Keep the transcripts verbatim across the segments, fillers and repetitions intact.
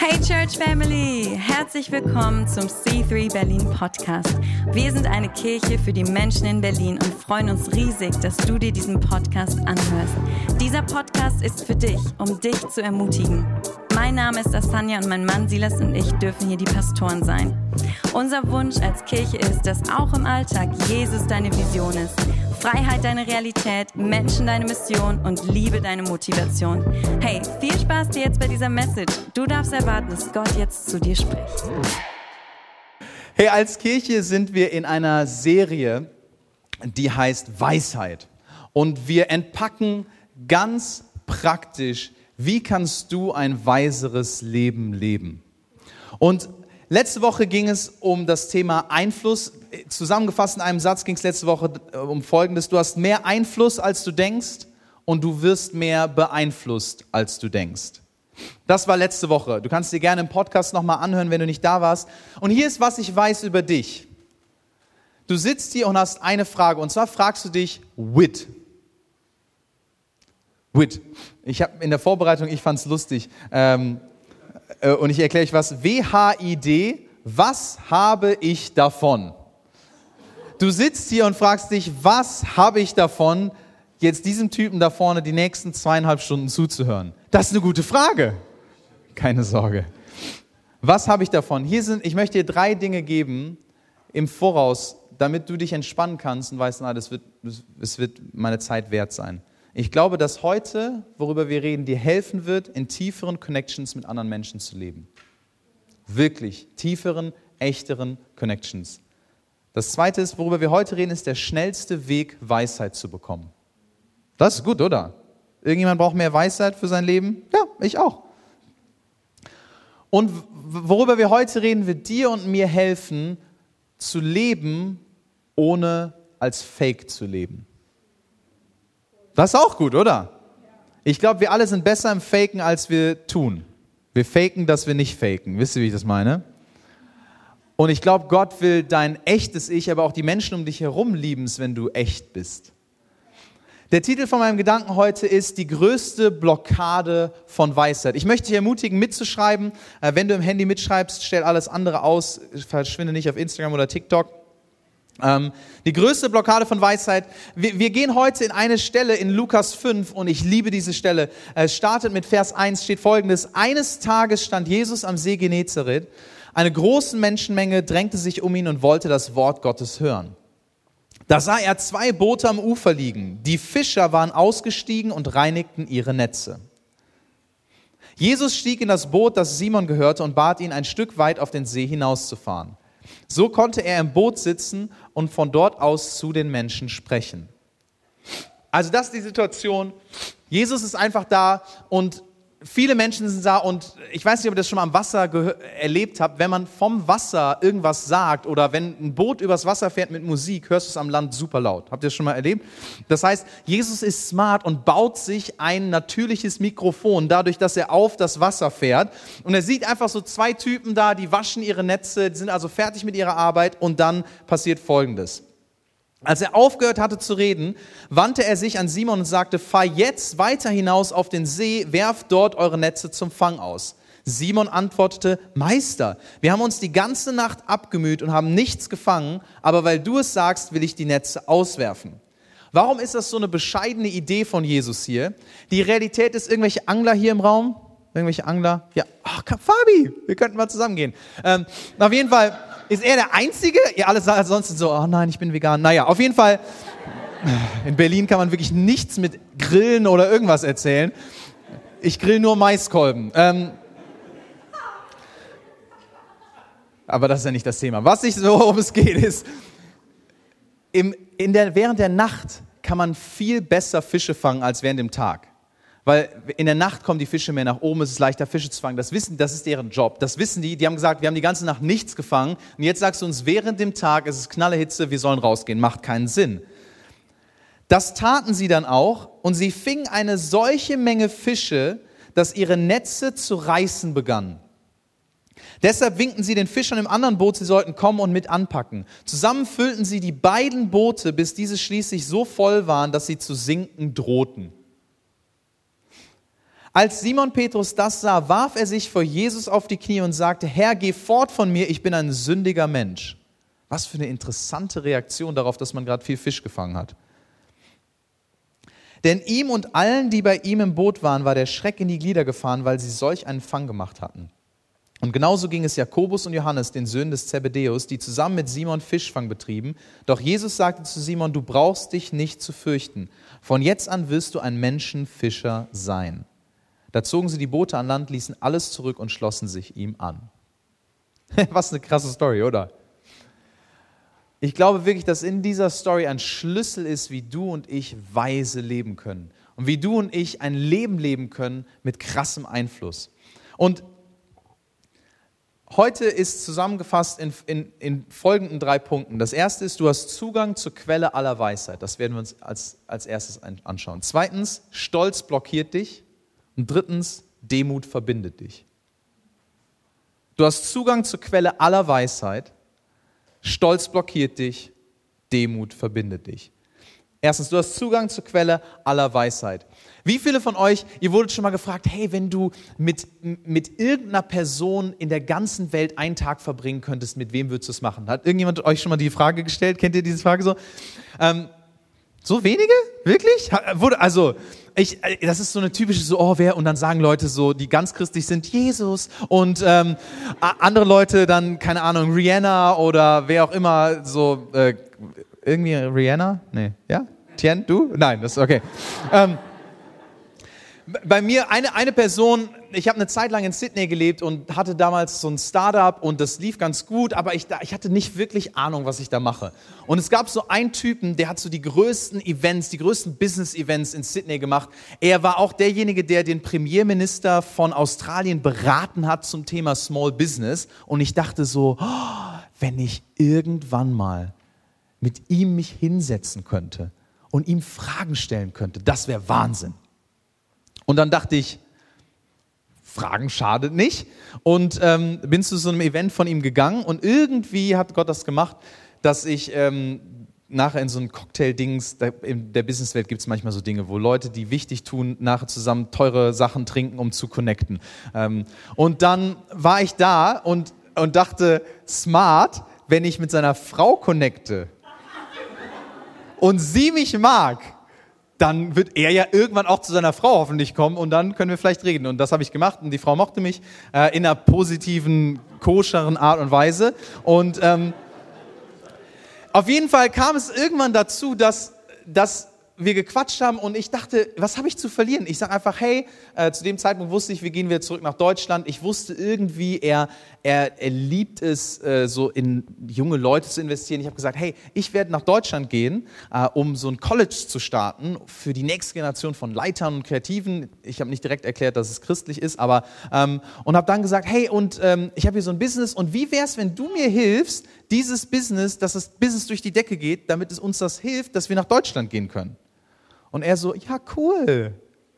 Hey Church Family, herzlich willkommen zum C drei Berlin Podcast. Wir sind eine Kirche für die Menschen in Berlin und freuen uns riesig, dass du dir diesen Podcast anhörst. Dieser Podcast ist für dich, um dich zu ermutigen. Mein Name ist Asanja und mein Mann Silas und ich dürfen hier die Pastoren sein. Unser Wunsch als Kirche ist, dass auch im Alltag Jesus deine Vision ist. Freiheit deine Realität, Menschen deine Mission und Liebe deine Motivation. Hey, viel Spaß dir jetzt bei dieser Message. Du darfst erwarten, dass Gott jetzt zu dir spricht. Hey, als Kirche sind wir in einer Serie, die heißt Weisheit. Und wir entpacken ganz praktisch, wie kannst du ein weiseres Leben leben? Und letzte Woche ging es um das Thema Einfluss. Zusammengefasst in einem Satz ging es letzte Woche um Folgendes. Du hast mehr Einfluss, als du denkst, und du wirst mehr beeinflusst, als du denkst. Das war letzte Woche. Du kannst dir gerne im Podcast nochmal anhören, wenn du nicht da warst. Und hier ist, was ich weiß über dich. Du sitzt hier und hast eine Frage, und zwar fragst du dich, Wit. Wit. Ich habe in der Vorbereitung, ich fand es lustig, ähm, äh, und ich erkläre euch was. W H I D, was habe ich davon? Du sitzt hier und fragst dich, was habe ich davon, jetzt diesem Typen da vorne die nächsten zweieinhalb Stunden zuzuhören? Das ist eine gute Frage. Keine Sorge. Was habe ich davon? Hier sind, ich möchte dir drei Dinge geben im Voraus, damit du dich entspannen kannst und weißt, na, das wird, es wird meine Zeit wert sein. Ich glaube, dass heute, worüber wir reden, dir helfen wird, in tieferen Connections mit anderen Menschen zu leben. Wirklich tieferen, echteren Connections. Das Zweite ist, worüber wir heute reden, ist der schnellste Weg, Weisheit zu bekommen. Das ist gut, oder? Irgendjemand braucht mehr Weisheit für sein Leben? Ja, ich auch. Und worüber wir heute reden, wird dir und mir helfen, zu leben, ohne als Fake zu leben. Das ist auch gut, oder? Ich glaube, wir alle sind besser im Faken, als wir tun. Wir faken, dass wir nicht faken. Wisst ihr, wie ich das meine? Und ich glaube, Gott will dein echtes Ich, aber auch die Menschen um dich herum lieben, wenn du echt bist. Der Titel von meinem Gedanken heute ist die größte Blockade von Weisheit. Ich möchte dich ermutigen, mitzuschreiben. Wenn du im Handy mitschreibst, stell alles andere aus, verschwinde nicht auf Instagram oder TikTok. Die größte Blockade von Weisheit. Wir, wir gehen heute in eine Stelle in Lukas fünf und ich liebe diese Stelle. Es startet mit Vers eins, steht Folgendes. Eines Tages stand Jesus am See Genezareth. Eine große Menschenmenge drängte sich um ihn und wollte das Wort Gottes hören. Da sah er zwei Boote am Ufer liegen. Die Fischer waren ausgestiegen und reinigten ihre Netze. Jesus stieg in das Boot, das Simon gehörte, und bat ihn, ein Stück weit auf den See hinauszufahren. So konnte er im Boot sitzen und von dort aus zu den Menschen sprechen. Also das ist die Situation. Jesus ist einfach da und viele Menschen sind da, und ich weiß nicht, ob ihr das schon mal am Wasser gehör- erlebt habt, wenn man vom Wasser irgendwas sagt oder wenn ein Boot übers Wasser fährt mit Musik, hörst du es am Land super laut. Habt ihr das schon mal erlebt? Das heißt, Jesus ist smart und baut sich ein natürliches Mikrofon, dadurch, dass er auf das Wasser fährt. Und er sieht einfach so zwei Typen da, die waschen ihre Netze, die sind also fertig mit ihrer Arbeit, und dann passiert Folgendes. Als er aufgehört hatte zu reden, wandte er sich an Simon und sagte, fahr jetzt weiter hinaus auf den See, werft dort eure Netze zum Fang aus. Simon antwortete, Meister, wir haben uns die ganze Nacht abgemüht und haben nichts gefangen, aber weil du es sagst, will ich die Netze auswerfen. Warum ist das so eine bescheidene Idee von Jesus hier? Die Realität ist, irgendwelche Angler hier im Raum? Irgendwelche Angler? Ja, ach, Fabi, wir könnten mal zusammen gehen. Ähm, auf jeden Fall ist er der Einzige. Ihr alle sagt ansonsten so, oh nein, ich bin vegan. Naja, auf jeden Fall, in Berlin kann man wirklich nichts mit Grillen oder irgendwas erzählen. Ich grill nur Maiskolben. Ähm, aber das ist ja nicht das Thema. Was ich so, worum es geht, ist, im, in der, während der Nacht kann man viel besser Fische fangen als während dem Tag. Weil in der Nacht kommen die Fische mehr nach oben, es ist leichter, Fische zu fangen. Das wissen, das ist deren Job. Das wissen die. Die haben gesagt, wir haben die ganze Nacht nichts gefangen. Und jetzt sagst du uns, während dem Tag, es ist Knallehitze, wir sollen rausgehen. Macht keinen Sinn. Das taten sie dann auch. Und sie fingen eine solche Menge Fische, dass ihre Netze zu reißen begannen. Deshalb winkten sie den Fischern im anderen Boot, sie sollten kommen und mit anpacken. Zusammen füllten sie die beiden Boote, bis diese schließlich so voll waren, dass sie zu sinken drohten. Als Simon Petrus das sah, warf er sich vor Jesus auf die Knie und sagte, Herr, geh fort von mir, ich bin ein sündiger Mensch. Was für eine interessante Reaktion darauf, dass man gerade viel Fisch gefangen hat. Denn ihm und allen, die bei ihm im Boot waren, war der Schreck in die Glieder gefahren, weil sie solch einen Fang gemacht hatten. Und genauso ging es Jakobus und Johannes, den Söhnen des Zebedäus, die zusammen mit Simon Fischfang betrieben. Doch Jesus sagte zu Simon, du brauchst dich nicht zu fürchten. Von jetzt an wirst du ein Menschenfischer sein. Da zogen sie die Boote an Land, ließen alles zurück und schlossen sich ihm an. Was eine krasse Story, oder? Ich glaube wirklich, dass in dieser Story ein Schlüssel ist, wie du und ich weise leben können. Und wie du und ich ein Leben leben können mit krassem Einfluss. Und heute ist zusammengefasst in, in, in folgenden drei Punkten. Das erste ist, du hast Zugang zur Quelle aller Weisheit. Das werden wir uns als, als erstes anschauen. Zweitens, Stolz blockiert dich. Und drittens, Demut verbindet dich. Du hast Zugang zur Quelle aller Weisheit. Stolz blockiert dich. Demut verbindet dich. Erstens, du hast Zugang zur Quelle aller Weisheit. Wie viele von euch, ihr wurdet schon mal gefragt, hey, wenn du mit, mit irgendeiner Person in der ganzen Welt einen Tag verbringen könntest, mit wem würdest du es machen? Hat irgendjemand euch schon mal die Frage gestellt? Kennt ihr diese Frage so? Ähm, so wenige? Wirklich? Wurde, also, ich, das ist so eine typische so, oh, wer? Und dann sagen Leute so, die ganz christlich sind, Jesus. Und ähm, andere Leute dann, keine Ahnung, Rihanna oder wer auch immer, so, äh, irgendwie Rihanna? Nee, ja? Tien, du? Nein, das ist okay. ähm, Bei mir eine, eine Person, ich habe eine Zeit lang in Sydney gelebt und hatte damals so ein Startup und das lief ganz gut, aber ich, ich hatte nicht wirklich Ahnung, was ich da mache. Und es gab so einen Typen, der hat so die größten Events, die größten Business-Events in Sydney gemacht. Er war auch derjenige, der den Premierminister von Australien beraten hat zum Thema Small Business. Und ich dachte so, oh, wenn ich irgendwann mal mit ihm mich hinsetzen könnte und ihm Fragen stellen könnte, das wäre Wahnsinn. Und dann dachte ich, Fragen schadet nicht. Und ähm, bin zu so einem Event von ihm gegangen und irgendwie hat Gott das gemacht, dass ich ähm, nachher in so einem Cocktail-Dings, da, in der Businesswelt gibt es manchmal so Dinge, wo Leute, die wichtig tun, nachher zusammen teure Sachen trinken, um zu connecten. Ähm, und dann war ich da und, und dachte, smart, wenn ich mit seiner Frau connecte und sie mich mag, dann wird er ja irgendwann auch zu seiner Frau hoffentlich kommen und dann können wir vielleicht reden. Und das habe ich gemacht und die Frau mochte mich äh, in einer positiven, koscheren Art und Weise. Und ähm, auf jeden Fall kam es irgendwann dazu, dass, dass wir gequatscht haben und ich dachte, was habe ich zu verlieren? Ich sage einfach, hey, äh, zu dem Zeitpunkt wusste ich, wir gehen wieder zurück nach Deutschland. Ich wusste irgendwie, er, er, er liebt es, äh, so in junge Leute zu investieren. Ich habe gesagt, hey, ich werde nach Deutschland gehen, äh, um so ein College zu starten für die nächste Generation von Leitern und Kreativen. Ich habe nicht direkt erklärt, dass es christlich ist, aber ähm, und habe dann gesagt, hey, und ähm, ich habe hier so ein Business und wie wäre es, wenn du mir hilfst, dieses Business, dass das Business durch die Decke geht, damit es uns das hilft, dass wir nach Deutschland gehen können. Und er so, ja, cool.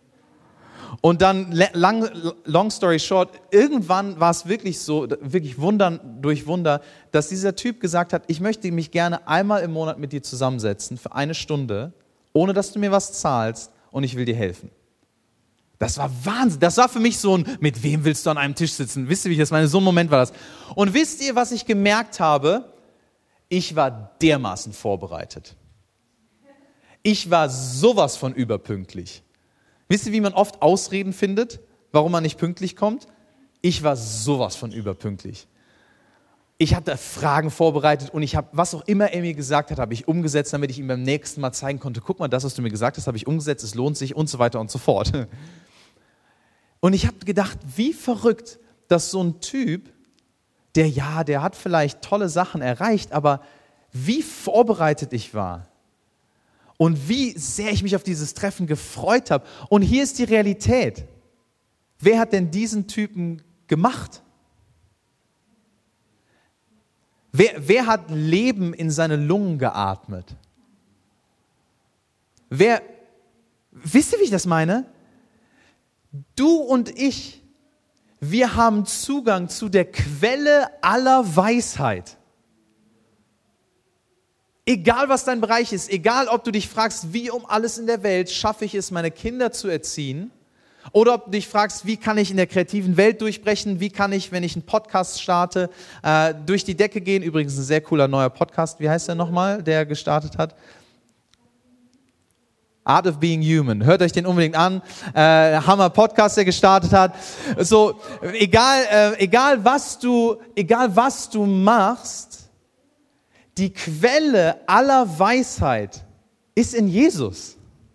Und dann, lang, long story short, irgendwann war es wirklich so, wirklich Wunder durch Wunder, dass dieser Typ gesagt hat, ich möchte mich gerne einmal im Monat mit dir zusammensetzen für eine Stunde, ohne dass du mir was zahlst und ich will dir helfen. Das war Wahnsinn. Das war für mich so ein, mit wem willst du an einem Tisch sitzen? Wisst ihr, wie ich das meine? So ein Moment war das. Und wisst ihr, was ich gemerkt habe? Ich war dermaßen vorbereitet. Ich war sowas von überpünktlich. Wisst ihr, wie man oft Ausreden findet, warum man nicht pünktlich kommt? Ich war sowas von überpünktlich. Ich hatte Fragen vorbereitet und ich habe, was auch immer er mir gesagt hat, habe ich umgesetzt, damit ich ihm beim nächsten Mal zeigen konnte, guck mal, das, was du mir gesagt hast, habe ich umgesetzt, es lohnt sich und so weiter und so fort. Und ich habe gedacht, wie verrückt, dass so ein Typ, der ja, der hat vielleicht tolle Sachen erreicht, aber wie vorbereitet ich war. Und wie sehr ich mich auf dieses Treffen gefreut habe. Und hier ist die Realität. Wer hat denn diesen Typen gemacht? Wer, wer hat Leben in seine Lungen geatmet? Wer, wisst ihr, wie ich das meine? Du und ich, wir haben Zugang zu der Quelle aller Weisheit. Egal, was dein Bereich ist, egal, ob du dich fragst, wie um alles in der Welt schaffe ich es, meine Kinder zu erziehen, Oder ob du dich fragst, wie kann ich in der kreativen Welt durchbrechen? Wie kann ich, wenn ich einen Podcast starte, äh, durch die Decke gehen? Übrigens ein sehr cooler neuer Podcast. Wie heißt der nochmal, der gestartet hat? Art of Being Human. Hört euch den unbedingt an. Äh, Hammer Podcast, der gestartet hat. So, egal, äh, egal was du, egal was du machst, die Quelle aller Weisheit ist in Jesus.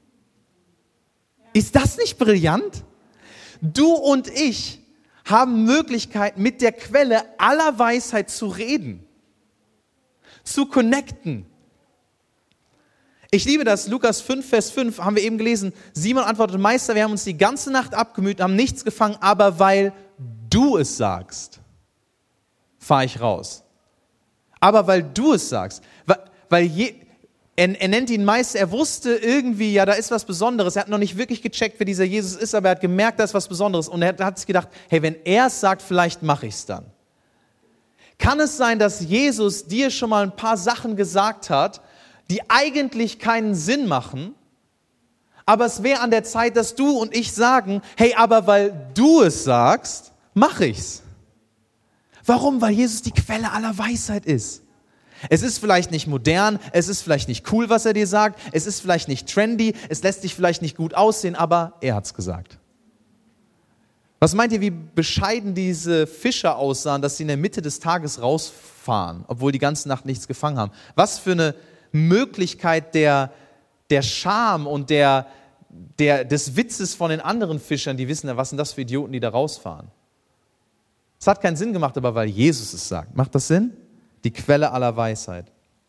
Ist das nicht brillant? Du und ich haben Möglichkeit, mit der Quelle aller Weisheit zu reden, zu connecten. Ich liebe das, Lukas fünf, Vers fünf, haben wir eben gelesen. Simon antwortete, Meister, wir haben uns die ganze Nacht abgemüht, haben nichts gefangen, aber weil du es sagst, fahre ich raus. Aber weil du es sagst, weil, weil je, er, er nennt ihn Meister, er wusste irgendwie, ja, da ist was Besonderes. Er hat noch nicht wirklich gecheckt, wer dieser Jesus ist, aber er hat gemerkt, da ist was Besonderes. Und er hat, hat sich gedacht, hey, wenn er es sagt, vielleicht mache ich es dann. Kann es sein, dass Jesus dir schon mal ein paar Sachen gesagt hat, die eigentlich keinen Sinn machen, aber es wäre an der Zeit, dass du und ich sagen, hey, aber weil du es sagst, mache ich's. Warum? Weil Jesus die Quelle aller Weisheit ist. Es ist vielleicht nicht modern, es ist vielleicht nicht cool, was er dir sagt, es ist vielleicht nicht trendy, es lässt dich vielleicht nicht gut aussehen, aber er hat's gesagt. Was meint ihr, wie bescheiden diese Fischer aussahen, dass sie in der Mitte des Tages rausfahren, obwohl die ganze Nacht nichts gefangen haben? Was für eine Möglichkeit der, der Scham und der, der, des Witzes von den anderen Fischern, die wissen, was sind das für Idioten, die da rausfahren. Es hat keinen Sinn gemacht, aber weil Jesus es sagt. Macht das Sinn? Die Quelle aller Weisheit.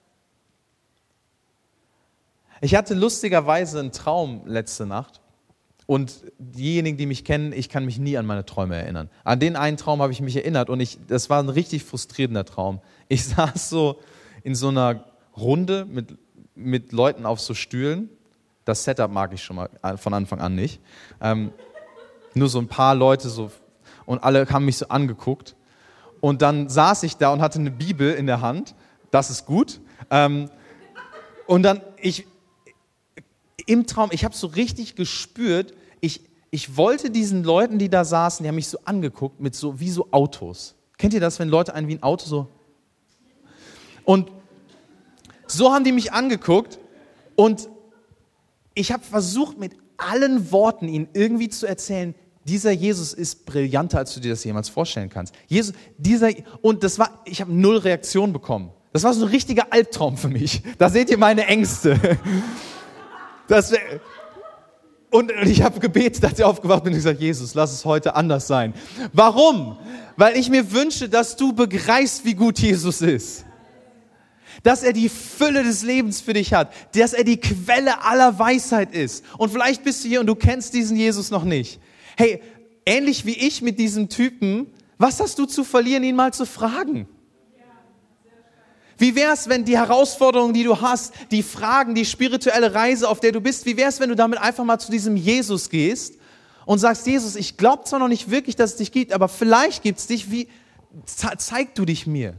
Ich hatte lustigerweise einen Traum letzte Nacht und diejenigen, die mich kennen, ich kann mich nie an meine Träume erinnern. An den einen Traum habe ich mich erinnert und ich, das war ein richtig frustrierender Traum. Ich saß so in so einer Runde mit, mit Leuten auf so Stühlen. Das Setup mag ich schon mal von Anfang an nicht. Ähm, nur so ein paar Leute so und alle haben mich so angeguckt. Und dann saß ich da und hatte eine Bibel in der Hand. Das ist gut. Ähm, und dann, ich, im Traum, ich habe so richtig gespürt, ich, ich wollte diesen Leuten, die da saßen, die haben mich so angeguckt mit so, wie so Autos. Kennt ihr das, wenn Leute einen wie ein Auto so... Und so haben die mich angeguckt und ich habe versucht, mit allen Worten ihnen irgendwie zu erzählen, dieser Jesus ist brillanter, als du dir das jemals vorstellen kannst. Jesus, dieser, und das war, ich habe null Reaktion bekommen. Das war so ein richtiger Albtraum für mich. Da seht ihr meine Ängste. Das, und, und ich habe gebetet, als ich aufgewacht bin und gesagt, Jesus, lass es heute anders sein. Warum? Weil ich mir wünsche, dass du begreifst, wie gut Jesus ist. Dass er die Fülle des Lebens für dich hat, dass er die Quelle aller Weisheit ist. Und vielleicht bist du hier und du kennst diesen Jesus noch nicht. Hey, ähnlich wie ich mit diesem Typen, was hast du zu verlieren, ihn mal zu fragen? Wie wär's, wenn die Herausforderungen, die du hast, die Fragen, die spirituelle Reise, auf der du bist, wie wär's, wenn du damit einfach mal zu diesem Jesus gehst und sagst, Jesus, ich glaube zwar noch nicht wirklich, dass es dich gibt, aber vielleicht gibt's dich, wie, zeig du dich mir.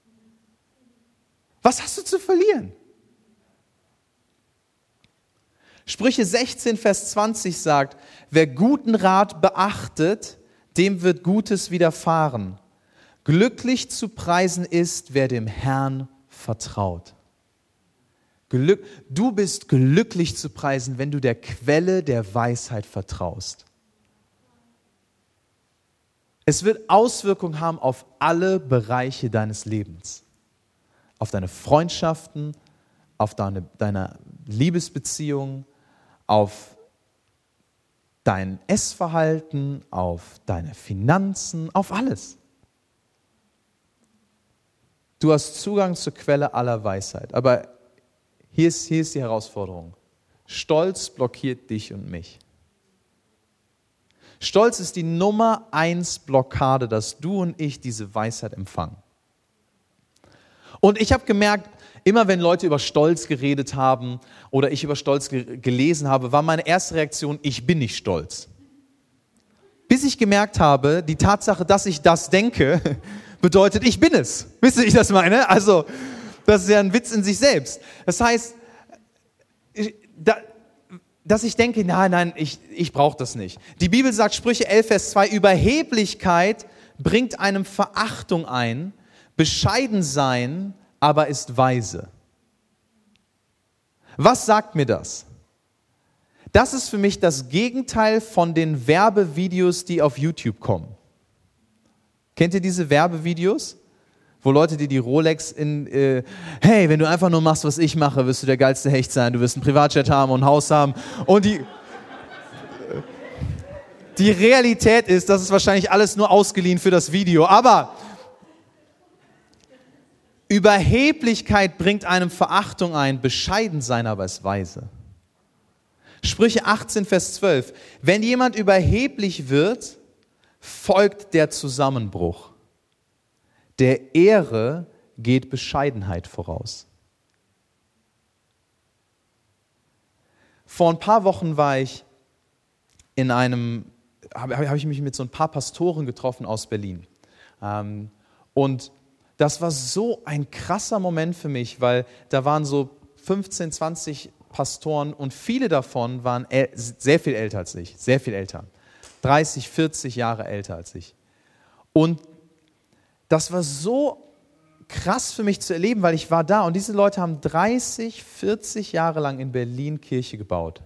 Was hast du zu verlieren? Sprüche sechzehn, Vers zwanzig sagt, wer guten Rat beachtet, dem wird Gutes widerfahren. Glücklich zu preisen ist, wer dem Herrn vertraut. Glück, du bist glücklich zu preisen, wenn du der Quelle der Weisheit vertraust. Es wird Auswirkungen haben auf alle Bereiche deines Lebens. Auf deine Freundschaften, auf deine, deine Liebesbeziehungen, auf dein Essverhalten, auf deine Finanzen, auf alles. Du hast Zugang zur Quelle aller Weisheit. Aber hier ist, hier ist die Herausforderung. Stolz blockiert dich und mich. Stolz ist die Nummer eins Blockade, dass du und ich diese Weisheit empfangen. Und ich habe gemerkt, immer wenn Leute über Stolz geredet haben oder ich über Stolz ge- gelesen habe, war meine erste Reaktion, ich bin nicht stolz. Bis ich gemerkt habe, die Tatsache, dass ich das denke, bedeutet, ich bin es. Wisst ihr, wie ich das meine? Also, das ist ja ein Witz in sich selbst. Das heißt, da, dass ich denke, nein, nein, ich, ich brauche das nicht. Die Bibel sagt, Sprüche elf, Vers zwei, Überheblichkeit bringt einem Verachtung ein, bescheiden sein aber ist weise. Was sagt mir das? Das ist für mich das Gegenteil von den Werbevideos, die auf YouTube kommen. Kennt ihr diese Werbevideos? Wo Leute, die die Rolex in, äh, hey, wenn du einfach nur machst, was ich mache, wirst du der geilste Hecht sein, du wirst einen Privatjet haben und ein Haus haben. Und die, die Realität ist, das ist wahrscheinlich alles nur ausgeliehen für das Video. Aber Überheblichkeit bringt einem Verachtung ein, bescheiden sein aber ist weise. Sprüche achtzehn, Vers zwölf. Wenn jemand überheblich wird, folgt der Zusammenbruch. Der Ehre geht Bescheidenheit voraus. Vor ein paar Wochen war ich in einem, habe hab ich mich mit so ein paar Pastoren getroffen aus Berlin. Ähm, und das war so ein krasser Moment für mich, weil da waren so fünfzehn, zwanzig Pastoren und viele davon waren äl- sehr viel älter als ich, sehr viel älter. dreißig, vierzig Jahre älter als ich. Und das war so krass für mich zu erleben, weil ich war da und diese Leute haben dreißig, vierzig Jahre lang in Berlin Kirche gebaut.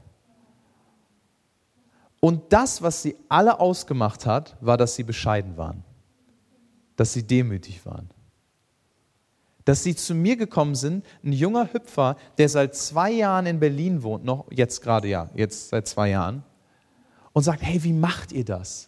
Und das, was sie alle ausgemacht hat, war, dass sie bescheiden waren, dass sie demütig waren. Dass sie zu mir gekommen sind, ein junger Hüpfer, der seit zwei Jahren in Berlin wohnt, noch jetzt gerade, ja, jetzt seit zwei Jahren, und sagt, hey, wie macht ihr das?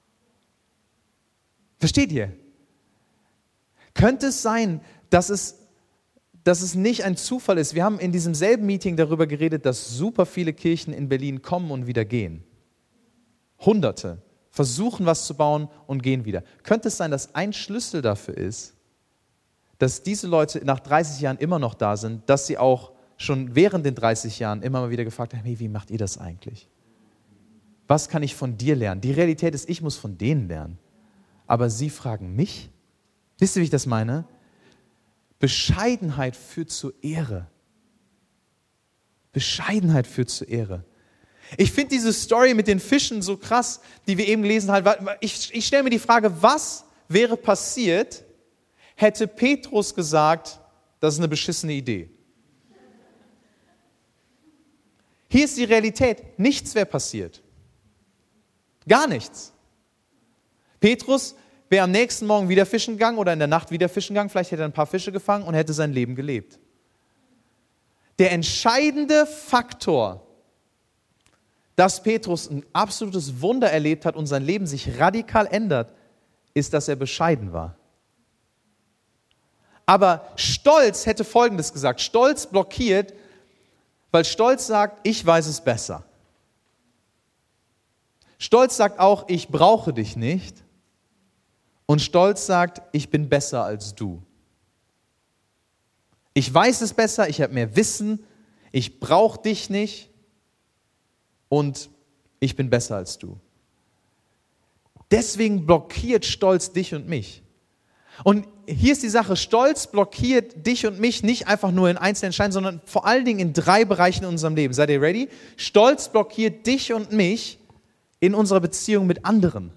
Versteht ihr? Könnte es sein, dass es, dass es nicht ein Zufall ist? Wir haben in diesem selben Meeting darüber geredet, dass super viele Kirchen in Berlin kommen und wieder gehen. Hunderte versuchen, was zu bauen und gehen wieder. Könnte es sein, dass ein Schlüssel dafür ist, dass diese Leute nach dreißig Jahren immer noch da sind, dass sie auch schon während den dreißig Jahren immer mal wieder gefragt haben, hey, wie macht ihr das eigentlich? Was kann ich von dir lernen? Die Realität ist, ich muss von denen lernen. Aber sie fragen mich. Wisst ihr, wie ich das meine? Bescheidenheit führt zur Ehre. Bescheidenheit führt zur Ehre. Ich finde diese Story mit den Fischen so krass, die wir eben gelesen haben. Ich, ich stelle mir die Frage, was wäre passiert, hätte Petrus gesagt, das ist eine beschissene Idee. Hier ist die Realität, nichts wäre passiert. Gar nichts. Petrus wäre am nächsten Morgen wieder fischen gegangen oder in der Nacht wieder fischen gegangen, vielleicht hätte er ein paar Fische gefangen und hätte sein Leben gelebt. Der entscheidende Faktor, dass Petrus ein absolutes Wunder erlebt hat und sein Leben sich radikal ändert, ist, dass er bescheiden war. Aber Stolz hätte Folgendes gesagt. Stolz blockiert, weil Stolz sagt, ich weiß es besser. Stolz sagt auch, ich brauche dich nicht. Und Stolz sagt, ich bin besser als du. Ich weiß es besser, ich habe mehr Wissen, ich brauche dich nicht und ich bin besser als du. Deswegen blockiert Stolz dich und mich. Und hier ist die Sache, Stolz blockiert dich und mich nicht einfach nur in einzelnen Entscheidungen, sondern vor allen Dingen in drei Bereichen in unserem Leben. Seid ihr ready? Stolz blockiert dich und mich in unserer Beziehung mit anderen.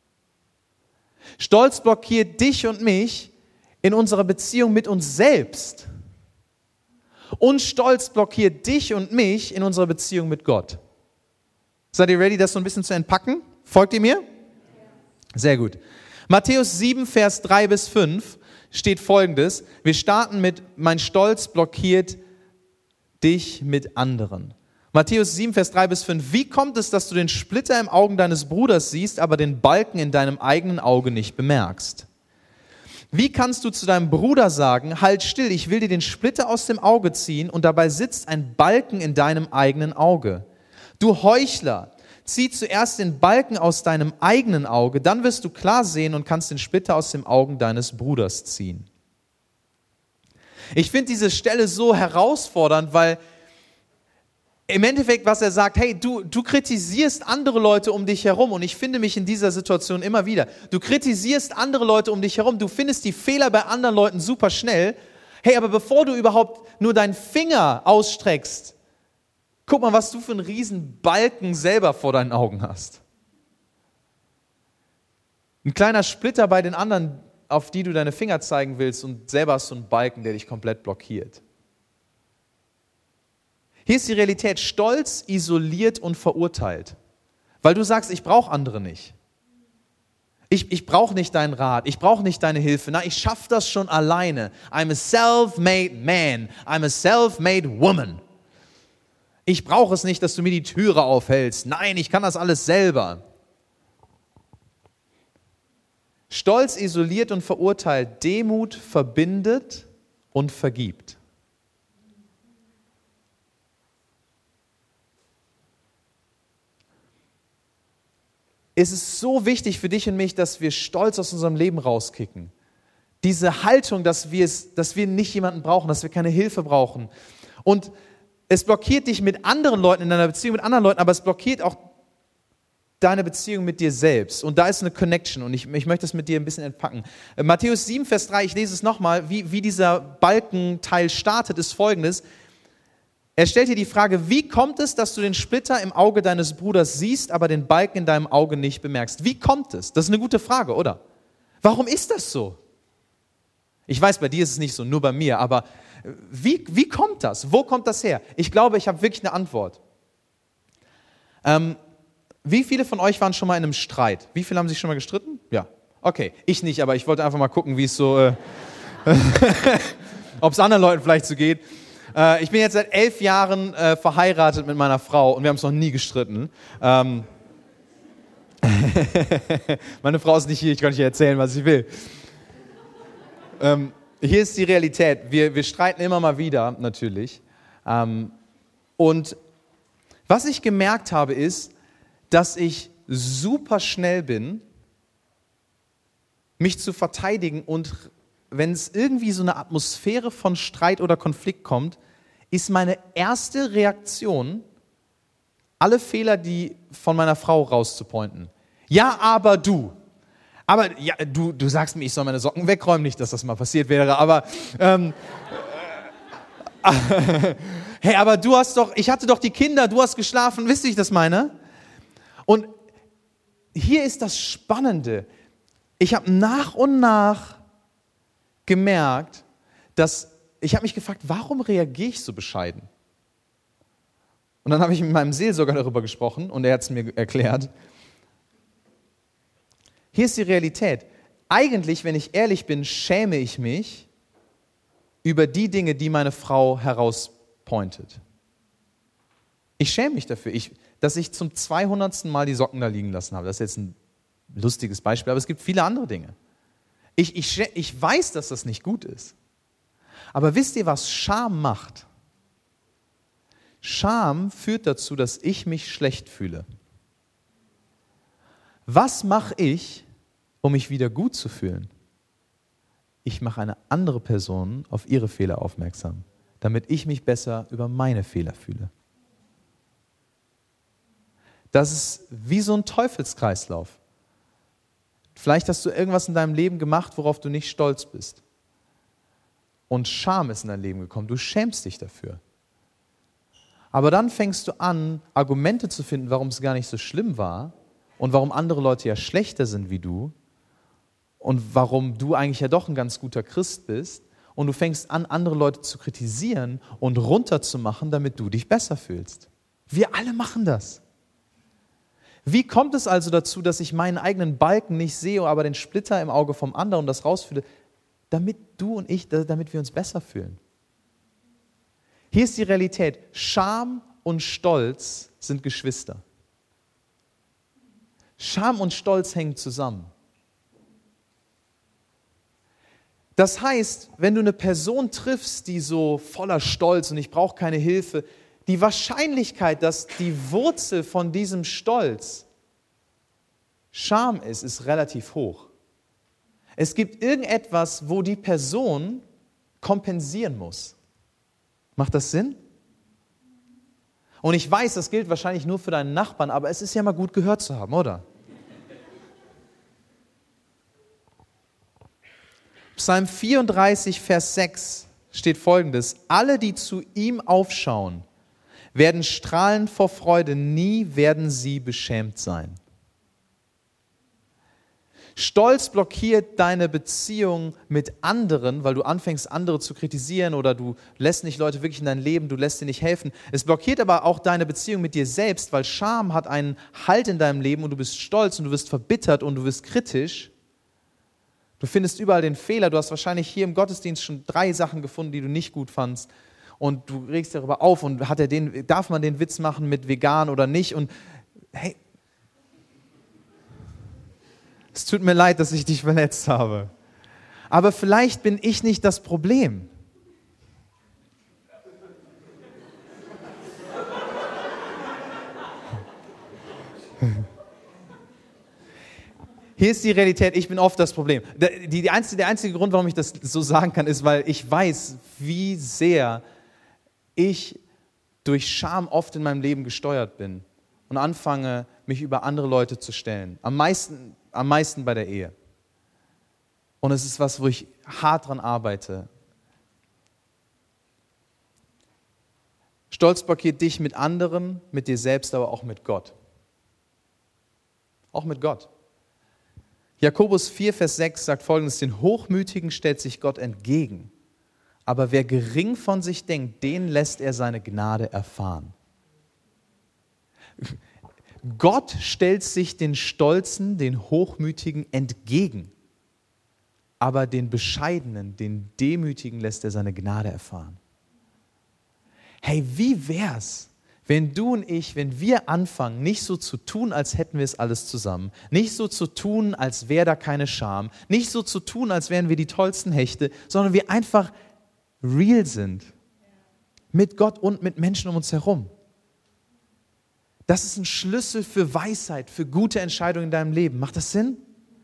Stolz blockiert dich und mich in unserer Beziehung mit uns selbst. Und Stolz blockiert dich und mich in unserer Beziehung mit Gott. Seid ihr ready, das so ein bisschen zu entpacken? Folgt ihr mir? Sehr gut. Matthäus sieben, Vers drei bis fünf steht Folgendes. Wir starten mit, mein Stolz blockiert dich mit anderen. Matthäus sieben, Vers drei bis fünf. Wie kommt es, dass du den Splitter im Augen deines Bruders siehst, aber den Balken in deinem eigenen Auge nicht bemerkst? Wie kannst du zu deinem Bruder sagen, halt still, ich will dir den Splitter aus dem Auge ziehen und dabei sitzt ein Balken in deinem eigenen Auge? Du Heuchler, zieh zuerst den Balken aus deinem eigenen Auge, dann wirst du klar sehen und kannst den Splitter aus dem Augen deines Bruders ziehen. Ich finde diese Stelle so herausfordernd, weil im Endeffekt, was er sagt, hey, du, du kritisierst andere Leute um dich herum und ich finde mich in dieser Situation immer wieder. Du kritisierst andere Leute um dich herum, du findest die Fehler bei anderen Leuten super schnell. Hey, aber bevor du überhaupt nur deinen Finger ausstreckst, Guck mal, was du für einen riesen Balken selber vor deinen Augen hast. Ein kleiner Splitter bei den anderen, auf die du deine Finger zeigen willst, und selber hast du einen Balken, der dich komplett blockiert. Hier ist die Realität: Stolz isoliert und verurteilt. Weil du sagst, ich brauche andere nicht. Ich, ich brauche nicht deinen Rat, ich brauche nicht deine Hilfe. Na, ich schaffe das schon alleine. I'm a self-made man, I'm a self-made woman. Ich brauche es nicht, dass du mir die Türe aufhältst. Nein, ich kann das alles selber. Stolz isoliert und verurteilt, Demut verbindet und vergibt. Es ist so wichtig für dich und mich, dass wir Stolz aus unserem Leben rauskicken. Diese Haltung, dass wir, es, dass wir nicht jemanden brauchen, dass wir keine Hilfe brauchen. Und es blockiert dich mit anderen Leuten, in deiner Beziehung mit anderen Leuten, aber es blockiert auch deine Beziehung mit dir selbst. Und da ist eine Connection, und ich, ich möchte es mit dir ein bisschen entpacken. Matthäus sieben, Vers drei, ich lese es nochmal, wie, wie dieser Balkenteil startet, ist folgendes. Er stellt dir die Frage: Wie kommt es, dass du den Splitter im Auge deines Bruders siehst, aber den Balken in deinem Auge nicht bemerkst? Wie kommt es? Das ist eine gute Frage, oder? Warum ist das so? Ich weiß, bei dir ist es nicht so, nur bei mir, aber wie, wie kommt das? Wo kommt das her? Ich glaube, ich habe wirklich eine Antwort. Ähm, wie viele von euch waren schon mal in einem Streit? Wie viele haben sich schon mal gestritten? Ja. Okay, ich nicht, aber ich wollte einfach mal gucken, wie es so, äh, ob es anderen Leuten vielleicht so geht. Äh, ich bin jetzt seit elf Jahren äh, verheiratet mit meiner Frau und wir haben uns noch nie gestritten. Ähm, meine Frau ist nicht hier, ich kann nicht erzählen, was ich will. Ähm, hier ist die Realität. Wir, wir streiten immer mal wieder, natürlich. Ähm, und was ich gemerkt habe, ist, dass ich super schnell bin, mich zu verteidigen, und wenn es irgendwie so eine Atmosphäre von Streit oder Konflikt kommt, ist meine erste Reaktion, alle Fehler, die von meiner Frau rauszupointen. Ja, aber du. Aber ja, du, du sagst mir, ich soll meine Socken wegräumen, nicht, dass das mal passiert wäre, aber ähm, äh, hey, aber du hast doch, ich hatte doch die Kinder, du hast geschlafen, wisst ihr, wie ich das meine? Und hier ist das Spannende. Ich habe nach und nach gemerkt, dass ich habe mich gefragt, warum reagiere ich so bescheiden? Und dann habe ich mit meinem Seelsorger darüber gesprochen und er hat es mir erklärt. Hier ist die Realität. Eigentlich, wenn ich ehrlich bin, schäme ich mich über die Dinge, die meine Frau herauspointet. Ich schäme mich dafür, ich, dass ich zum zweihundertsten Mal die Socken da liegen lassen habe. Das ist jetzt ein lustiges Beispiel, aber es gibt viele andere Dinge. Ich, ich, ich weiß, dass das nicht gut ist. Aber wisst ihr, was Scham macht? Scham führt dazu, dass ich mich schlecht fühle. Was mache ich, um mich wieder gut zu fühlen? Ich mache eine andere Person auf ihre Fehler aufmerksam, damit ich mich besser über meine Fehler fühle. Das ist wie so ein Teufelskreislauf. Vielleicht hast du irgendwas in deinem Leben gemacht, worauf du nicht stolz bist. Und Scham ist in dein Leben gekommen. Du schämst dich dafür. Aber dann fängst du an, Argumente zu finden, warum es gar nicht so schlimm war und warum andere Leute ja schlechter sind wie du und warum du eigentlich ja doch ein ganz guter Christ bist. Und du fängst an, andere Leute zu kritisieren und runterzumachen, damit du dich besser fühlst. Wir alle machen das. Wie kommt es also dazu, dass ich meinen eigenen Balken nicht sehe, aber den Splitter im Auge vom anderen und das rausfühle? Damit du und ich, damit wir uns besser fühlen. Hier ist die Realität. Scham und Stolz sind Geschwister. Scham und Stolz hängen zusammen. Das heißt, wenn du eine Person triffst, die so voller Stolz und ich brauche keine Hilfe, die Wahrscheinlichkeit, dass die Wurzel von diesem Stolz Scham ist, ist relativ hoch. Es gibt irgendetwas, wo die Person kompensieren muss. Macht das Sinn? Und ich weiß, das gilt wahrscheinlich nur für deinen Nachbarn, aber es ist ja mal gut gehört zu haben, oder? Psalm vierunddreißig, Vers sechs steht Folgendes: Alle, die zu ihm aufschauen, werden strahlen vor Freude, nie werden sie beschämt sein. Stolz blockiert deine Beziehung mit anderen, weil du anfängst, andere zu kritisieren oder du lässt nicht Leute wirklich in dein Leben, du lässt dir nicht helfen. Es blockiert aber auch deine Beziehung mit dir selbst, weil Scham hat einen Halt in deinem Leben und du bist stolz und du wirst verbittert und du wirst kritisch. Du findest überall den Fehler. Du hast wahrscheinlich hier im Gottesdienst schon drei Sachen gefunden, die du nicht gut fandst. Und du regst darüber auf und hat er den, darf man den Witz machen mit vegan oder nicht? Und hey, es tut mir leid, dass ich dich verletzt habe. Aber vielleicht bin ich nicht das Problem. Hier ist die Realität, ich bin oft das Problem. Die, die einzige, der einzige Grund, warum ich das so sagen kann, ist, weil ich weiß, wie sehr ich durch Scham oft in meinem Leben gesteuert bin und anfange, mich über andere Leute zu stellen. Am meisten, am meisten bei der Ehe. Und es ist was, wo ich hart dran arbeite. Stolz blockiert dich mit anderen, mit dir selbst, aber auch mit Gott. Auch mit Gott. Jakobus vier, Vers sechs sagt Folgendes: Den Hochmütigen stellt sich Gott entgegen, aber wer gering von sich denkt, den lässt er seine Gnade erfahren. Gott stellt sich den Stolzen, den Hochmütigen entgegen, aber den Bescheidenen, den Demütigen lässt er seine Gnade erfahren. Hey, wie wär's, wenn du und ich, wenn wir anfangen, nicht so zu tun, als hätten wir es alles zusammen, nicht so zu tun, als wäre da keine Scham, nicht so zu tun, als wären wir die tollsten Hechte, sondern wir einfach real sind mit Gott und mit Menschen um uns herum. Das ist ein Schlüssel für Weisheit, für gute Entscheidungen in deinem Leben. Macht das Sinn?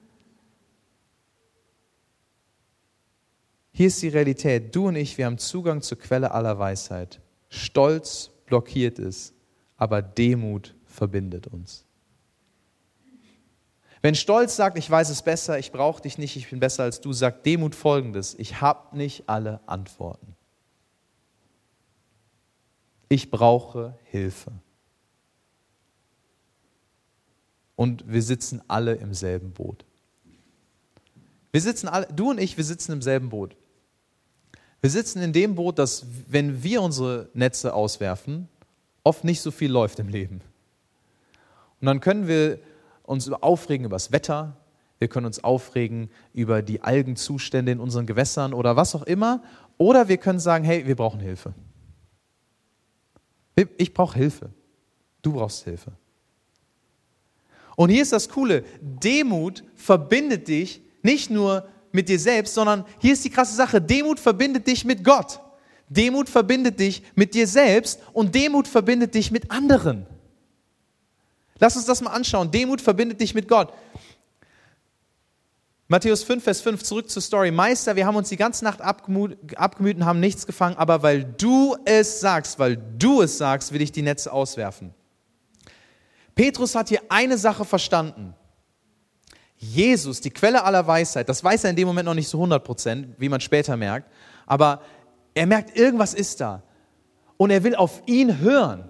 Hier ist die Realität. Du und ich, wir haben Zugang zur Quelle aller Weisheit. Stolz blockiert es, aber Demut verbindet uns. Wenn Stolz sagt, ich weiß es besser, ich brauche dich nicht, ich bin besser als du, sagt Demut Folgendes: Ich habe nicht alle Antworten. Ich brauche Hilfe. Und wir sitzen alle im selben Boot. Wir sitzen alle, du und ich, wir sitzen im selben Boot. Wir sitzen in dem Boot, dass, wenn wir unsere Netze auswerfen, oft nicht so viel läuft im Leben. Und dann können wir uns aufregen über das Wetter, wir können uns aufregen über die Algenzustände in unseren Gewässern oder was auch immer, oder wir können sagen, hey, wir brauchen Hilfe. Ich brauche Hilfe. Du brauchst Hilfe. Und hier ist das Coole: Demut verbindet dich nicht nur mit dir selbst, sondern hier ist die krasse Sache: Demut verbindet dich mit Gott. Demut verbindet dich mit dir selbst und Demut verbindet dich mit anderen. Lass uns das mal anschauen. Demut verbindet dich mit Gott. Matthäus fünf, Vers fünf, zurück zur Story. Meister, wir haben uns die ganze Nacht abgemüht, abgemüht und haben nichts gefangen, aber weil du es sagst, weil du es sagst, will ich die Netze auswerfen. Petrus hat hier eine Sache verstanden. Jesus, die Quelle aller Weisheit, das weiß er in dem Moment noch nicht so hundert Prozent, wie man später merkt, aber er merkt, irgendwas ist da und er will auf ihn hören.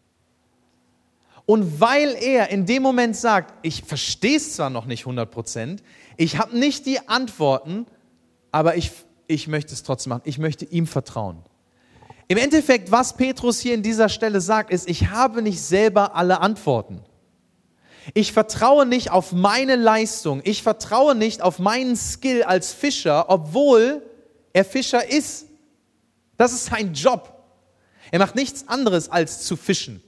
Und weil er in dem Moment sagt, ich verstehe es zwar noch nicht hundert Prozent, ich habe nicht die Antworten, aber ich, ich möchte es trotzdem machen, ich möchte ihm vertrauen. Im Endeffekt, was Petrus hier in dieser Stelle sagt, ist, ich habe nicht selber alle Antworten. Ich vertraue nicht auf meine Leistung, ich vertraue nicht auf meinen Skill als Fischer, obwohl er Fischer ist. Das ist sein Job. Er macht nichts anderes als zu fischen.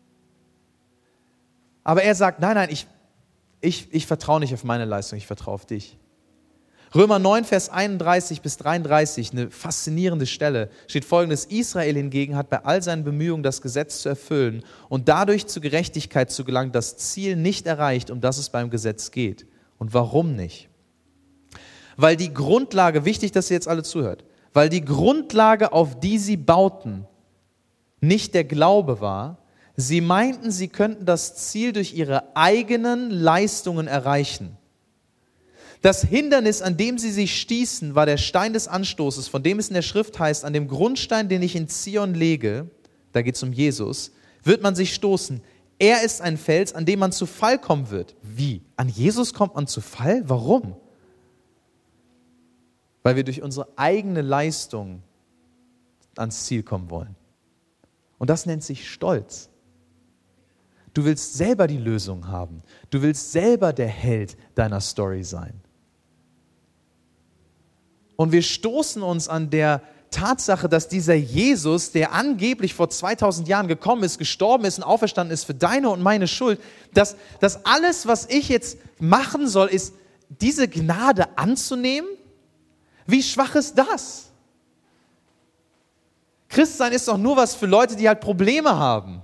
Aber er sagt, nein, nein, ich, ich, ich vertraue nicht auf meine Leistung, ich vertraue auf dich. Römer neun, Vers einunddreißig bis dreiunddreißig, eine faszinierende Stelle, steht Folgendes: Israel hingegen hat bei all seinen Bemühungen, das Gesetz zu erfüllen und dadurch zur Gerechtigkeit zu gelangen, das Ziel nicht erreicht, um das es beim Gesetz geht. Und warum nicht? Weil die Grundlage, wichtig, dass ihr jetzt alle zuhört, weil die Grundlage, auf die sie bauten, nicht der Glaube war. Sie meinten, sie könnten das Ziel durch ihre eigenen Leistungen erreichen. Das Hindernis, an dem sie sich stießen, war der Stein des Anstoßes, von dem es in der Schrift heißt, an dem Grundstein, den ich in Zion lege, da geht es um Jesus, wird man sich stoßen. Er ist ein Fels, an dem man zu Fall kommen wird. Wie? An Jesus kommt man zu Fall? Warum? Weil wir durch unsere eigene Leistung ans Ziel kommen wollen. Und das nennt sich Stolz. Du willst selber die Lösung haben. Du willst selber der Held deiner Story sein. Und wir stoßen uns an der Tatsache, dass dieser Jesus, der angeblich vor zweitausend Jahren gekommen ist, gestorben ist und auferstanden ist für deine und meine Schuld, dass, dass alles, was ich jetzt machen soll, ist, diese Gnade anzunehmen? Wie schwach ist das? Christsein ist doch nur was für Leute, die halt Probleme haben.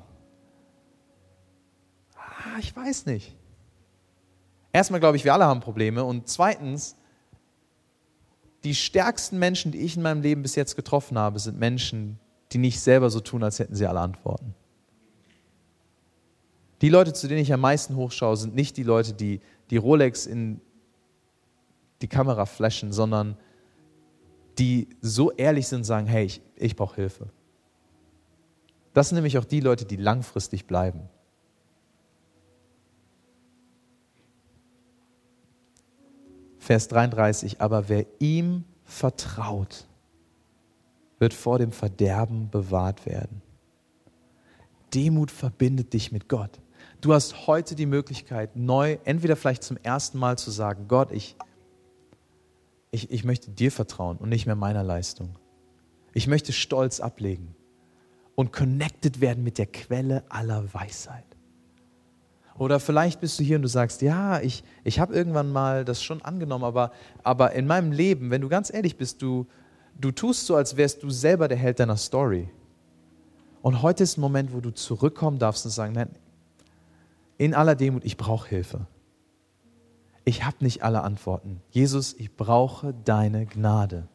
Ah, ich weiß nicht. Erstmal glaube ich, wir alle haben Probleme. Und zweitens, die stärksten Menschen, die ich in meinem Leben bis jetzt getroffen habe, sind Menschen, die nicht selber so tun, als hätten sie alle Antworten. Die Leute, zu denen ich am meisten hochschaue, sind nicht die Leute, die die Rolex in die Kamera flashen, sondern die so ehrlich sind und sagen, hey, ich, ich brauche Hilfe. Das sind nämlich auch die Leute, die langfristig bleiben. Vers dreiunddreißig, aber wer ihm vertraut, wird vor dem Verderben bewahrt werden. Demut verbindet dich mit Gott. Du hast heute die Möglichkeit, neu, entweder vielleicht zum ersten Mal zu sagen, Gott, ich, ich, ich möchte dir vertrauen und nicht mehr meiner Leistung. Ich möchte Stolz ablegen und connected werden mit der Quelle aller Weisheit. Oder vielleicht bist du hier und du sagst, ja, ich, ich habe irgendwann mal das schon angenommen, aber, aber in meinem Leben, wenn du ganz ehrlich bist, du, du tust so, als wärst du selber der Held deiner Story. Und heute ist ein Moment, wo du zurückkommen darfst und sagen, nein, in aller Demut, ich brauche Hilfe. Ich habe nicht alle Antworten. Jesus, ich brauche deine Gnade.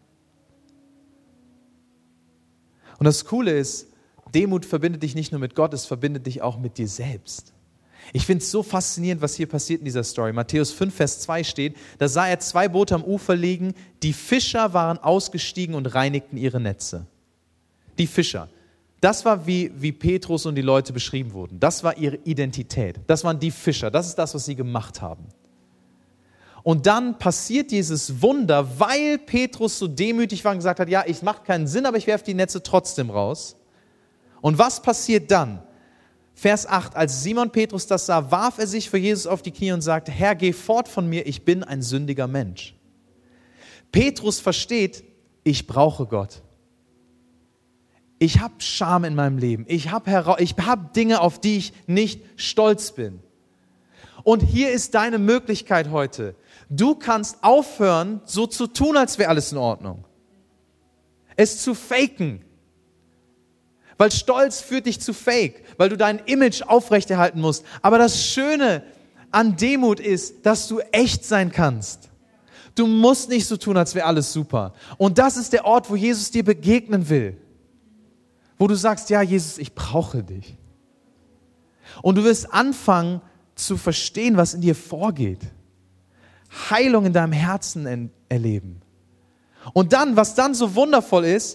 Und das Coole ist, Demut verbindet dich nicht nur mit Gott, es verbindet dich auch mit dir selbst. Ich finde es so faszinierend, was hier passiert in dieser Story. Matthäus fünf, Vers zwei steht, da sah er zwei Boote am Ufer liegen, die Fischer waren ausgestiegen und reinigten ihre Netze. Die Fischer. Das war, wie, wie Petrus und die Leute beschrieben wurden. Das war ihre Identität. Das waren die Fischer. Das ist das, was sie gemacht haben. Und dann passiert dieses Wunder, weil Petrus so demütig war und gesagt hat, ja, ich mache keinen Sinn, aber ich werfe die Netze trotzdem raus. Und was passiert dann? Vers acht, als Simon Petrus das sah, warf er sich vor Jesus auf die Knie und sagte, Herr, geh fort von mir, ich bin ein sündiger Mensch. Petrus versteht, ich brauche Gott. Ich habe Scham in meinem Leben. Ich habe ich hab Dinge, auf die ich nicht stolz bin. Und hier ist deine Möglichkeit heute. Du kannst aufhören, so zu tun, als wäre alles in Ordnung. Es zu faken. Weil Stolz führt dich zu Fake, weil du dein Image aufrechterhalten musst. Aber das Schöne an Demut ist, dass du echt sein kannst. Du musst nicht so tun, als wäre alles super. Und das ist der Ort, wo Jesus dir begegnen will. Wo du sagst, ja Jesus, ich brauche dich. Und du wirst anfangen zu verstehen, was in dir vorgeht. Heilung in deinem Herzen erleben. Und dann, was dann so wundervoll ist,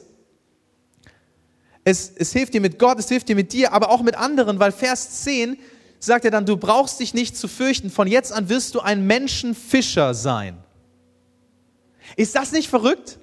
Es, es hilft dir mit Gott, es hilft dir mit dir, aber auch mit anderen, weil Vers zehn sagt er dann, du brauchst dich nicht zu fürchten, von jetzt an wirst du ein Menschenfischer sein. Ist das nicht verrückt?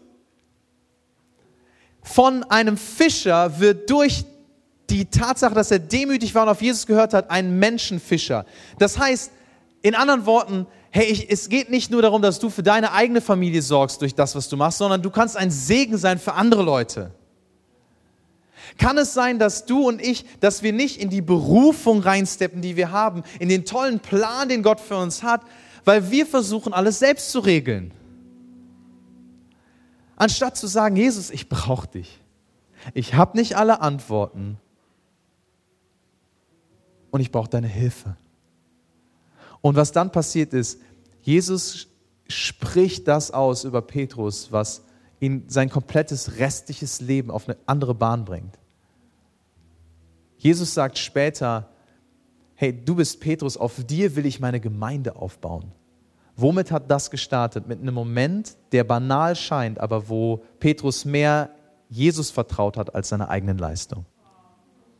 Von einem Fischer wird durch die Tatsache, dass er demütig war und auf Jesus gehört hat, ein Menschenfischer. Das heißt, in anderen Worten, hey, ich, es geht nicht nur darum, dass du für deine eigene Familie sorgst durch das, was du machst, sondern du kannst ein Segen sein für andere Leute. Kann es sein, dass du und ich, dass wir nicht in die Berufung reinsteppen, die wir haben, in den tollen Plan, den Gott für uns hat, weil wir versuchen, alles selbst zu regeln? Anstatt zu sagen, Jesus, ich brauche dich. Ich habe nicht alle Antworten und ich brauche deine Hilfe. Und was dann passiert ist, Jesus spricht das aus über Petrus, was ihn sein komplettes restliches Leben auf eine andere Bahn bringt. Jesus sagt später, hey, du bist Petrus, auf dir will ich meine Gemeinde aufbauen. Womit hat das gestartet? Mit einem Moment, der banal scheint, aber wo Petrus mehr Jesus vertraut hat als seiner eigenen Leistung.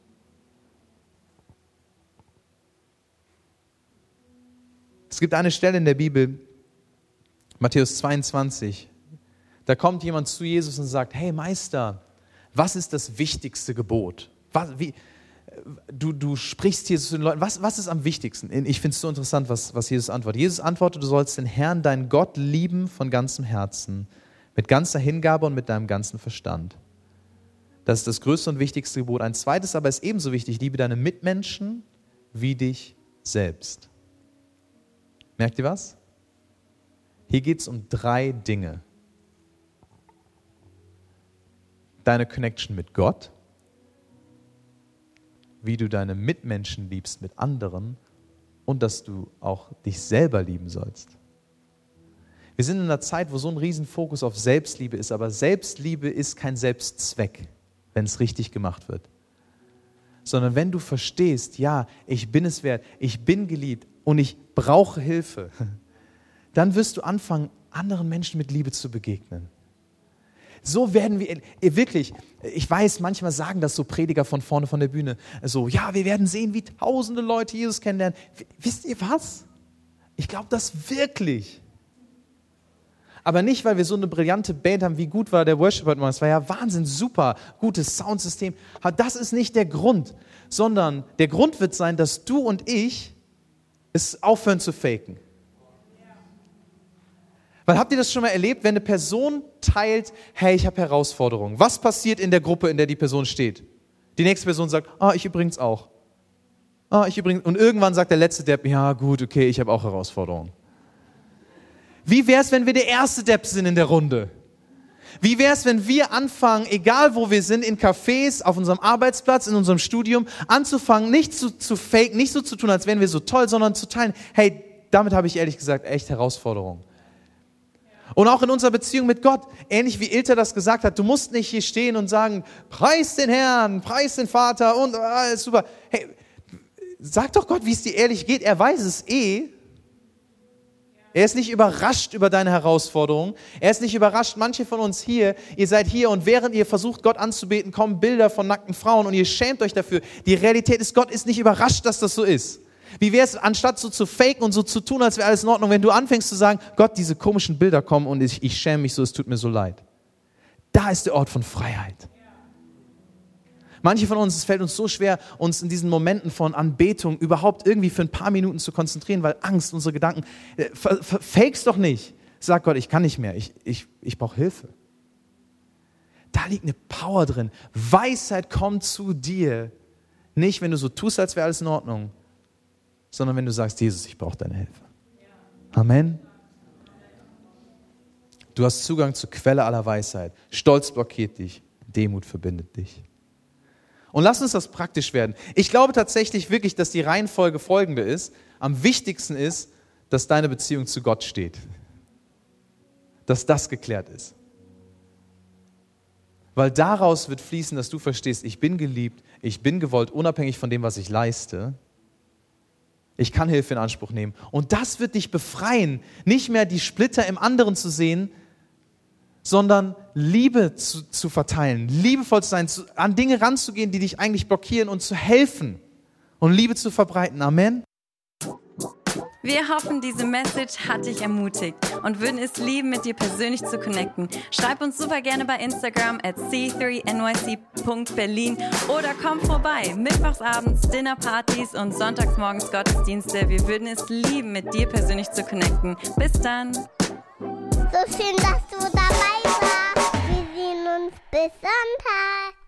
Es gibt eine Stelle in der Bibel, Matthäus zweiundzwanzig, da kommt jemand zu Jesus und sagt, hey Meister, was ist das wichtigste Gebot? Was, wie, du, du sprichst hier zu den Leuten, was, was ist am wichtigsten? Ich finde es so interessant, was, was Jesus antwortet. Jesus antwortet, du sollst den Herrn, deinen Gott, lieben von ganzem Herzen, mit ganzer Hingabe und mit deinem ganzen Verstand. Das ist das größte und wichtigste Gebot. Ein zweites aber ist ebenso wichtig, liebe deine Mitmenschen wie dich selbst. Merkt ihr was? Hier geht es um drei Dinge. Deine Connection mit Gott, wie du deine Mitmenschen liebst mit anderen und dass du auch dich selber lieben sollst. Wir sind in einer Zeit, wo so ein Riesenfokus auf Selbstliebe ist, aber Selbstliebe ist kein Selbstzweck, wenn es richtig gemacht wird. Sondern wenn du verstehst, ja, ich bin es wert, ich bin geliebt und ich brauche Hilfe, dann wirst du anfangen, anderen Menschen mit Liebe zu begegnen. So werden wir, wirklich, ich weiß, manchmal sagen das so Prediger von vorne von der Bühne, so, ja, wir werden sehen, wie tausende Leute Jesus kennenlernen. Wisst ihr was? Ich glaube das wirklich. Aber nicht, weil wir so eine brillante Band haben, wie gut war der Worship heute Morgen. Es war ja Wahnsinn, super, gutes Soundsystem. Aber das ist nicht der Grund, sondern der Grund wird sein, dass du und ich es aufhören zu faken. Weil habt ihr das schon mal erlebt, wenn eine Person teilt, hey, ich habe Herausforderungen. Was passiert in der Gruppe, in der die Person steht? Die nächste Person sagt, ah, ich übrigens auch. Ah, ich übrigens. Und irgendwann sagt der letzte Depp, ja gut, okay, ich habe auch Herausforderungen. Wie wäre es, wenn wir der erste Depp sind in der Runde? Wie wäre es, wenn wir anfangen, egal wo wir sind, in Cafés, auf unserem Arbeitsplatz, in unserem Studium, anzufangen, nicht zu, zu faken, nicht so zu tun, als wären wir so toll, sondern zu teilen, hey, damit habe ich ehrlich gesagt echt Herausforderungen. Und auch in unserer Beziehung mit Gott, ähnlich wie Ilta das gesagt hat, du musst nicht hier stehen und sagen, preis den Herrn, preis den Vater und alles super. Hey, sag doch Gott, wie es dir ehrlich geht, er weiß es eh. Er ist nicht überrascht über deine Herausforderungen. Er ist nicht überrascht, manche von uns hier, ihr seid hier und während ihr versucht, Gott anzubeten, kommen Bilder von nackten Frauen und ihr schämt euch dafür. Die Realität ist, Gott ist nicht überrascht, dass das so ist. Wie wäre es, anstatt so zu faken und so zu tun, als wäre alles in Ordnung, wenn du anfängst zu sagen, Gott, diese komischen Bilder kommen und ich, ich schäme mich so, es tut mir so leid. Da ist der Ort von Freiheit. Manche von uns, es fällt uns so schwer, uns in diesen Momenten von Anbetung überhaupt irgendwie für ein paar Minuten zu konzentrieren, weil Angst, unsere Gedanken, äh, fakes doch nicht. Sag Gott, ich kann nicht mehr, ich, ich, ich brauche Hilfe. Da liegt eine Power drin. Weisheit kommt zu dir. Nicht, wenn du so tust, als wäre alles in Ordnung, sondern wenn du sagst, Jesus, ich brauche deine Hilfe. Amen. Du hast Zugang zur Quelle aller Weisheit. Stolz blockiert dich, Demut verbindet dich. Und lass uns das praktisch werden. Ich glaube tatsächlich wirklich, dass die Reihenfolge folgende ist. Am wichtigsten ist, dass deine Beziehung zu Gott steht. Dass das geklärt ist. Weil daraus wird fließen, dass du verstehst, ich bin geliebt, ich bin gewollt, unabhängig von dem, was ich leiste. Ich kann Hilfe in Anspruch nehmen. Und das wird dich befreien, nicht mehr die Splitter im anderen zu sehen, sondern Liebe zu, zu verteilen, liebevoll zu sein, zu, an Dinge ranzugehen, die dich eigentlich blockieren und zu helfen und Liebe zu verbreiten. Amen. Wir hoffen, diese Message hat dich ermutigt und würden es lieben, mit dir persönlich zu connecten. Schreib uns super gerne bei Instagram at c drei n y c punkt berlin oder komm vorbei. Mittwochsabends Dinnerpartys und sonntagsmorgens Gottesdienste. Wir würden es lieben, mit dir persönlich zu connecten. Bis dann. So schön, dass du dabei warst. Wir sehen uns bis Sonntag.